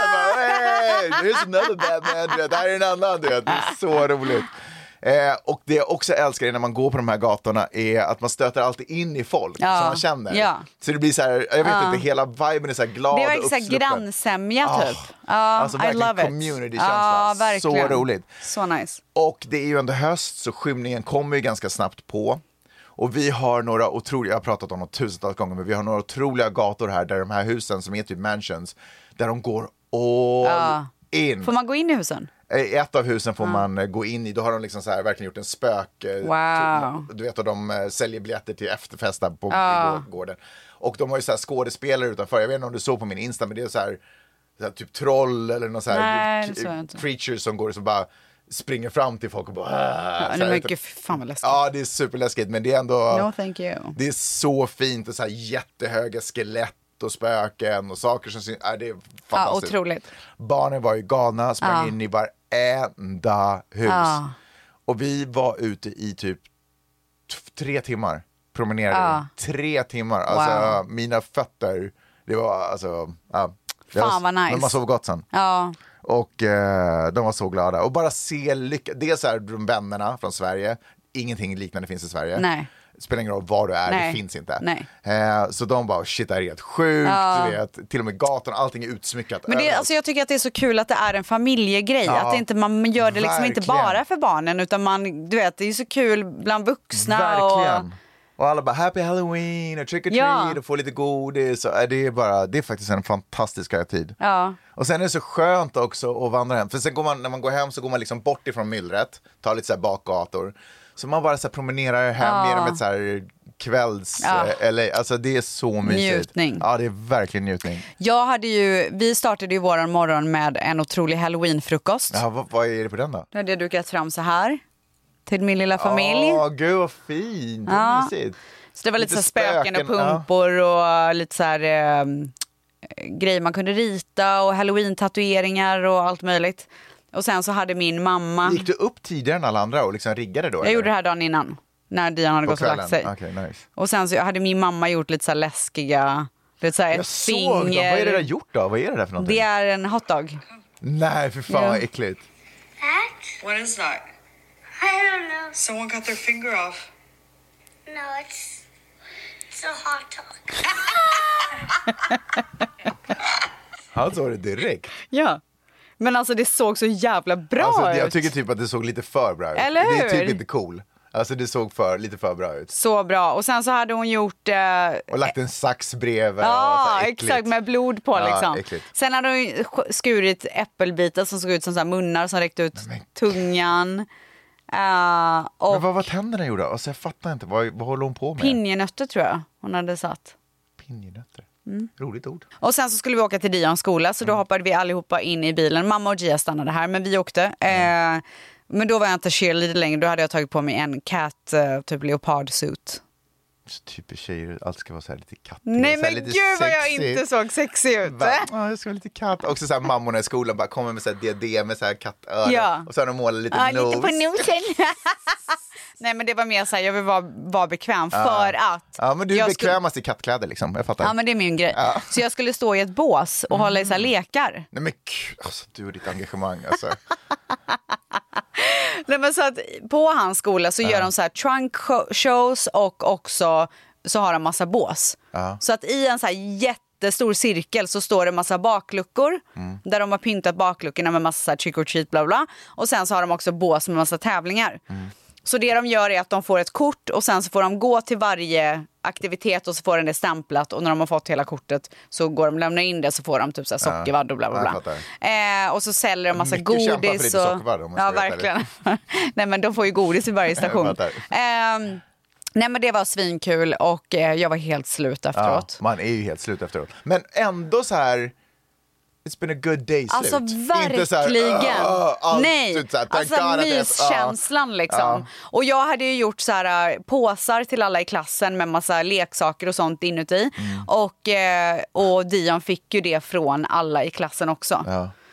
Hey, here's another Batman, du vet, här är en annan, du vet. Det är så roligt. Eh, och det jag också älskar när man går på de här gatorna är att man stöter alltid in i folk ja. som man känner. Ja. Så det blir så här, jag vet ja. inte, hela viben är så här glad. Det är verkligen så här grannsämja oh, typ. Ja, alltså I love it. community-känsla. Ja, så roligt. Så nice. Och det är ju under höst så skymningen kommer ju ganska snabbt på. Och vi har några otroliga, jag har pratat om det tusentals gånger, men vi har några otroliga gator här där de här husen som är typ mansions, där de går all ja. in. Får man gå in i husen? I ett av husen får mm. man gå in i, då har de liksom så här verkligen gjort en spök. Wow. Du vet, och de säljer biljetter till efterfester på uh. gården. Och de har ju så här skådespelare utanför, jag vet inte om du såg på min Insta, men det är så här, så här typ troll eller någon så här Nej, k- creature som går och så bara springer fram till folk och bara ja, det är mycket, fan vad läskigt. Ja, det är superläskigt, men det är ändå no, thank you. Det är så fint och så här jättehöga skelett och spöken och saker som syns. Äh, det är fantastiskt. Ja, otroligt. Barnen var ju galna, sprang ja. in i varenda hus. Ja. Och vi var ute i typ t- tre timmar. Promenerade. Ja. Tre timmar. Alltså wow. Mina fötter, det var alltså... Ja, det fan var, vad nice. Men man sov gott sen. Ja. Och eh, de var så glada. Och bara se lycka. Dels är de vännerna från Sverige. Ingenting liknande finns i Sverige. Nej. Spelar ingen roll var du är, Nej. det finns inte. Nej. Eh, så de bara, shit, det är helt sjukt. Ja. Du vet, till och med gatan, allting är utsmyckat. Men det, alltså, jag tycker att det är så kul att det är en familjegrej. Ja. Att det inte, man gör det liksom inte bara för barnen, utan man, du vet, det är så kul bland vuxna. Verkligen. Och... och alla bara, happy Halloween och trick or treat ja. och få lite godis. Och, äh, det, är bara, det är faktiskt en fantastisk högtid. Ja. Och sen är det så skönt också att vandra hem. För sen går man, när man går hem så går man liksom bort ifrån myllret, tar lite så här bakgator. Så man bara så här promenerar hem ja. genom ett så här kvälls... Ja. Eller, alltså det är så mysigt. Njutning. Ja, det är verkligen njutning. Jag hade ju, vi startade ju våran morgon med en otrolig Halloween-frukost. Ja, vad, vad är det på den då? Det hade jag dukat fram så här. Till min lilla familj. Åh, gud vad fint. Ja. Mysigt. Så det var lite, lite så här spöken och pumpor ja. och lite så här... Eh, grejer man kunde rita och Halloween-tatueringar och allt möjligt. Och sen så hade min mamma... Gick du upp tidigare än alla andra och liksom riggade då? Jag eller? gjorde det här dagen innan. När Dian hade på gått och lagt sig. Okay, nice. Och sen så hade min mamma gjort lite så här läskiga... Lite så här jag såg finger. Dem. Vad är det där gjort då? Vad är det där för någonting? Det är en hotdog. Nej, för fan vad äckligt. That? What is that? I don't know. Someone cut their finger off. No, it's, it's a hot dog. Han såg det direkt. Ja. Men alltså det såg så jävla bra alltså, ut. Jag tycker typ att det såg lite för bra ut. Eller hur? Det är typ inte cool. Alltså det såg för, lite för bra ut. Så bra. Och sen så hade hon gjort... Eh, och lagt en sax bredvid. Ja, exakt. Med blod på ja, liksom. Äckligt. Sen hade hon skurit äppelbitar som såg ut som så här munnar som räckte ut men, tungan. Uh, och men vad var tänderna gjorda? Alltså jag fattar inte. Vad, vad håller hon på med? Pinjenötter tror jag hon hade satt. Pinjenötter. Mm. Roligt ord. Och sen så skulle vi åka till Dions skola. Så då mm. hoppade vi allihopa in i bilen. Mamma och Gia stannade här, men vi åkte. Mm. Eh, men då var jag inte cheerleader längre. Då hade jag tagit på mig en cat, uh, typ leopardsuit. Så typ tjejer, allt ska vara så här lite kattigt. Nej men gud sexy. Vad jag inte såg sexig ut. Va? Ja, jag ska vara lite katt. Också så här mammorna i skolan bara kommer med så här diadem med så här kattöron. Ja. Och så har de målat lite ja, nos. Lite på nosen. Nej men det var mer så här, jag vill vara, vara bekväm ja. för att. Ja men du är bekvämast skulle... i kattkläder liksom, jag fattar. Ja men det är min grej. Ja. Så jag skulle stå i ett bås och mm. hålla i så här lekar. Nej men gud, alltså du och ditt engagemang alltså. Nej men så att på hans skola så ja. gör de så här trunk shows och också så har de massa bås. Ja. Så att i en så här jättestor cirkel så står det massa bakluckor mm. där de har pyntat bakluckorna med massa så här trick or treat bla bla. Och sen så har de också bås med massa tävlingar. Mm. Så det de gör är att de får ett kort och sen så får de gå till varje aktivitet och så får de det stämplat och när de har fått hela kortet så går de lämna in det så får de typ så här sockervadd och bla bla bla. Eh, och så säljer de massa godis. Mycket kämpa för lite sockervadd om man ska ja, verkligen. Nej men de får ju godis i varje station. eh, nej men det var svinkul och eh, jag var helt slut efteråt. Ja, man är ju helt slut efteråt. Men ändå så här... It's been a good day slut. Alltså verkligen. Här, uh, nej, så här, alltså myskänslan uh, liksom. Uh. Och jag hade ju gjort så här påsar till alla i klassen med massa leksaker och sånt inuti. Mm. Och, eh, och Dion fick ju det från alla i klassen också. Uh.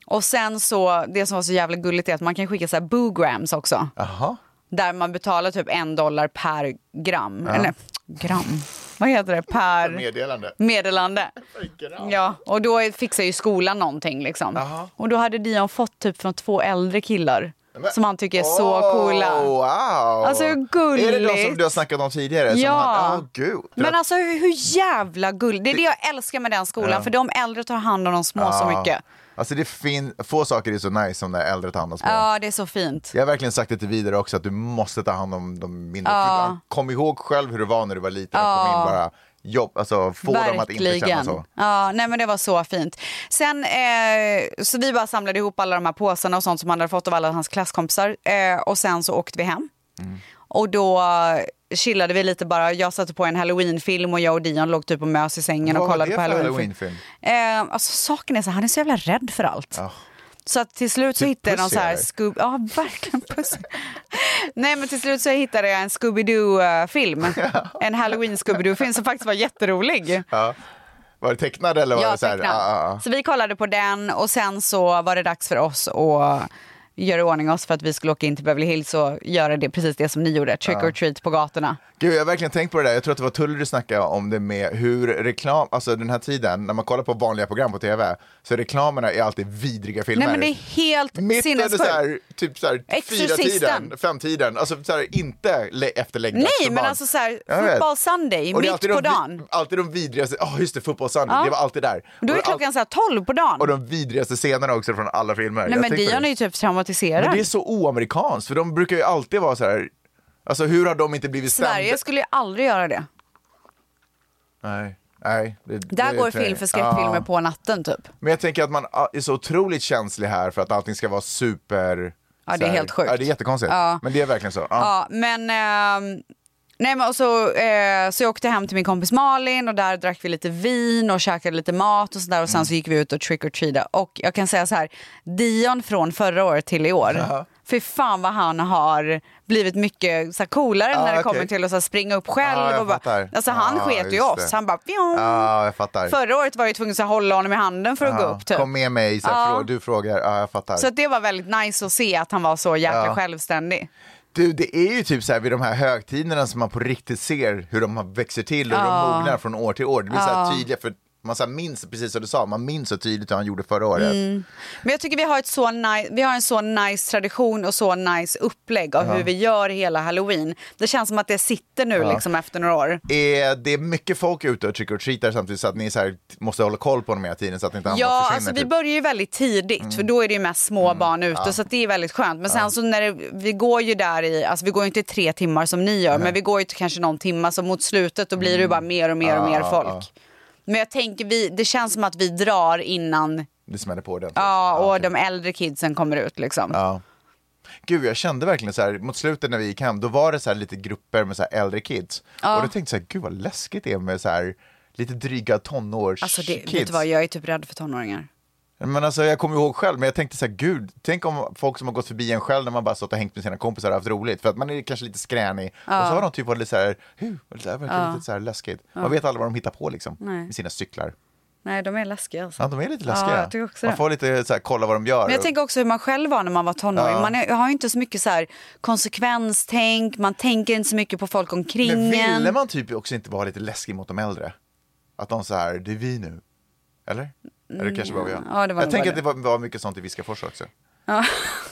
Och sen så, det som var så jävla gulligt är att man kan skicka så här boograms också. Aha. Där man betalar typ en dollar per gram. Ja. Eller gram. Vad heter det? Per meddelande. Meddelande. Ja, och då fixar ju skolan någonting liksom. Aha. Och då hade Dion fått typ från två äldre killar. Men, som han tycker är oh, så coola. Wow. Alltså hur gulligt. Är det de som du har snackat om tidigare? Ja. Som han, oh, gud. Men alltså hur, hur jävla gulligt. Det är det jag älskar med den skolan. Ja. För de äldre tar hand om de små ja. så mycket. Alltså det är fin- få saker är så nice som när äldre tar hand om små. Ja, det är så fint. Jag har verkligen sagt det till vidare också att du måste ta hand om de mindre. Ja. Kom ihåg själv hur det var när du var liten och ja. kom in bara jobb, alltså få verkligen. Dem att inte känna så. Ja, nej men det var så fint. Sen, eh, så vi bara samlade ihop alla de här påsarna och sånt som han hade fått av alla hans klasskompisar. Eh, och sen så åkte vi hem. Mm. Och då chillade vi lite bara. Jag satte på en Halloween-film och jag och Dion låg typ och mös i sängen och kollade på Halloween-film. Halloween eh, alltså saken är så, han är så jävla rädd för allt. Oh. Så att till slut så hittade jag någon så här skub... Ja, verkligen pussy. Nej, men till slut så hittade jag en Scooby-Doo-film. En Halloween-Scooby-Doo-film som faktiskt var jätterolig. Ja. Var det tecknad eller var ja, det så här? tecknad. Ah, ah. Så vi kollade på den och sen så var det dags för oss att göra i ordning oss för att vi skulle åka in till Beverly Hills och göra det precis det som ni gjorde. Trick or treat på gatorna. Gud, jag har verkligen tänkt på det där. Jag tror att det var Tuller du snackade om det med hur reklam, alltså den här tiden, när man kollar på vanliga program på tv, så reklamerna är alltid vidriga filmer. Nej, men det är helt sinnessjukt. Så här, typ så här fyra tiden, fem tiden, alltså så här, inte le- efter läggdags. Nej, men alltså så här, Football Sunday, mitt på de, dagen. Alltid de vidrigaste, ja oh, just det, Football Sunday, ja. det var alltid där. Då är det klockan så här tolv på dagen. Och de vidrigaste scenerna också från alla filmer. Nej, men Dion är ju typ traumatiserad. Men det är så oamerikanskt, för de brukar ju alltid vara så här. Alltså hur har de inte blivit stämda? Sverige skulle ju aldrig göra det. Nej, nej. Det, Där det går film för skräckfilmer ja. på natten typ. Men jag tänker att man är så otroligt känslig här för att allting ska vara super... Ja, det är här, helt sjukt. Ja, det är jättekonstigt. Ja. Men det är verkligen så. Ja, ja men... Eh, nej, men och så, eh, så jag åkte hem till min kompis Malin och där drack vi lite vin och käkade lite mat och sådär. Och sen mm. så gick vi ut och trick or treatade. Och jag kan säga så här, Dion från förra året till i år... Ja. För fan vad han har blivit mycket så här, coolare ah, när det okay. kommer till att så här, springa upp själv. Ah, och bara, alltså ah, han sket ju oss. Han bara, ah, jag fattar. Förra året var jag tvungen att så här, hålla honom i handen för att ah, gå upp. Typ. Kom med mig, så här, ah. du frågar. Ah, jag fattar. Så det var väldigt nice att se att han var så jäkla ah. självständig. Du, det är ju typ så här vid de här högtiderna som man på riktigt ser hur de växer till och ah. de mognar från år till år. Det blir ah. så här tydliga för man så här minns, precis som du sa, man minns så tydligt hur han gjorde förra året. Mm. Men jag tycker vi har, ett så nice, vi har en så nice tradition och så nice upplägg av ja. hur vi gör hela Halloween. Det känns som att det sitter nu ja. liksom efter några år. Är det mycket folk ute och trick or treatar samtidigt så att ni så här måste hålla koll på dem hela tiden så att inte andra ja, försvinner? Alltså, typ. Vi börjar ju väldigt tidigt mm. för då är det ju mest små mm. barn ute ja. så att det är väldigt skönt. Men sen ja. så när det, vi går ju där i, alltså vi går ju inte tre timmar som ni gör, Nej. men vi går ju till kanske någon timma så mot slutet då blir det ju bara mer och mer och mer folk. Ja. Men jag tänker, vi, det känns som att vi drar innan det smäller på den. Ja, och ja, okay. de äldre kidsen kommer ut liksom. Ja. Gud, jag kände verkligen så här, mot slutet när vi gick hem, då var det så här lite grupper med så här äldre kids. Ja. Och då tänkte jag så här, gud vad läskigt det är med så här lite dryga tonårs alltså det, kids. Vet du vad, jag är typ rädd för tonåringar. Men alltså jag kommer ihåg själv, men jag tänkte så här, gud, tänk om folk som har gått förbi en själv när man bara stått och hängt med sina kompisar och haft roligt, för att man är kanske lite skränig ja. och så har de typ varit lite så här, hu, det här verkar ja. lite så här läskigt. Ja. Man vet aldrig vad de hittar på liksom, Nej. med sina cyklar. Nej, de är läskiga alltså. Ja, de är lite läskiga. Ja, jag tycker också man får lite så här, kolla vad de gör. Men jag tänker också hur man själv var när man var tonåring. Ja. Man är, har ju inte så mycket så här konsekvenstänk, man tänker inte så mycket på folk omkring en. Men ville man typ också inte vara lite läskig mot de äldre? Att de så här, det är vi nu. Eller? Eller det kanske bara jag. Ja, det var jag tänker det. att det var, var mycket sånt i Viskafors också. Ja.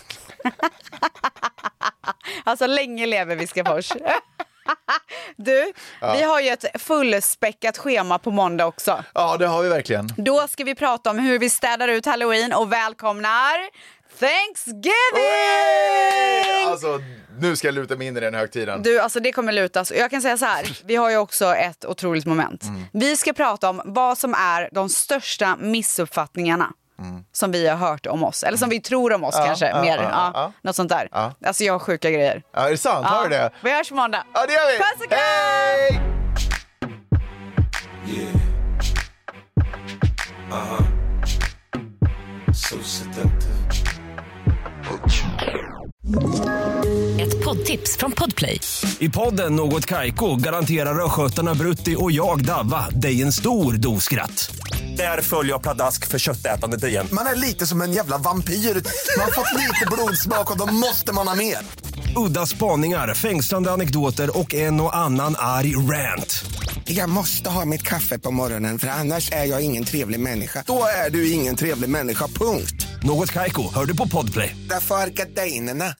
Alltså länge lever Viskafors. Du, ja. vi har ju ett fullspäckat schema på måndag också. Ja, det har vi verkligen. Då ska vi prata om hur vi städar ut Halloween och välkomnar Thanksgiving! Oj! Alltså, nu ska jag luta mig in i den högtiden. Du, alltså det kommer lutas. Jag kan säga så här, vi har ju också ett otroligt moment. Mm. Vi ska prata om vad som är de största missuppfattningarna. Mm. Som vi har hört om oss. Eller som vi tror om oss ja, kanske ja, mer. Ja, ja, ja. Något sånt där ja. Alltså jag har sjuka grejer. Ja, är det sant? Ja. Har du det? Vi hörs på måndag. Ja, det gör vi. Puss och kram! Hej! Yeah. Uh-huh. So seductive. Ett poddtips från Podplay. I podden Något Kaiko garanterar röskötarna Brutti och jag Davva dig en stor doskratt. Där följer jag pladask för köttätandet igen. Man är lite som en jävla vampyr. Man har fått lite blodsmak och då måste man ha mer. Udda spaningar, fängslande anekdoter och en och annan arg rant. Jag måste ha mitt kaffe på morgonen för annars är jag ingen trevlig människa. Då är du ingen trevlig människa, punkt. Något Kaiko, hör du på Podplay. Därför är gardinerna.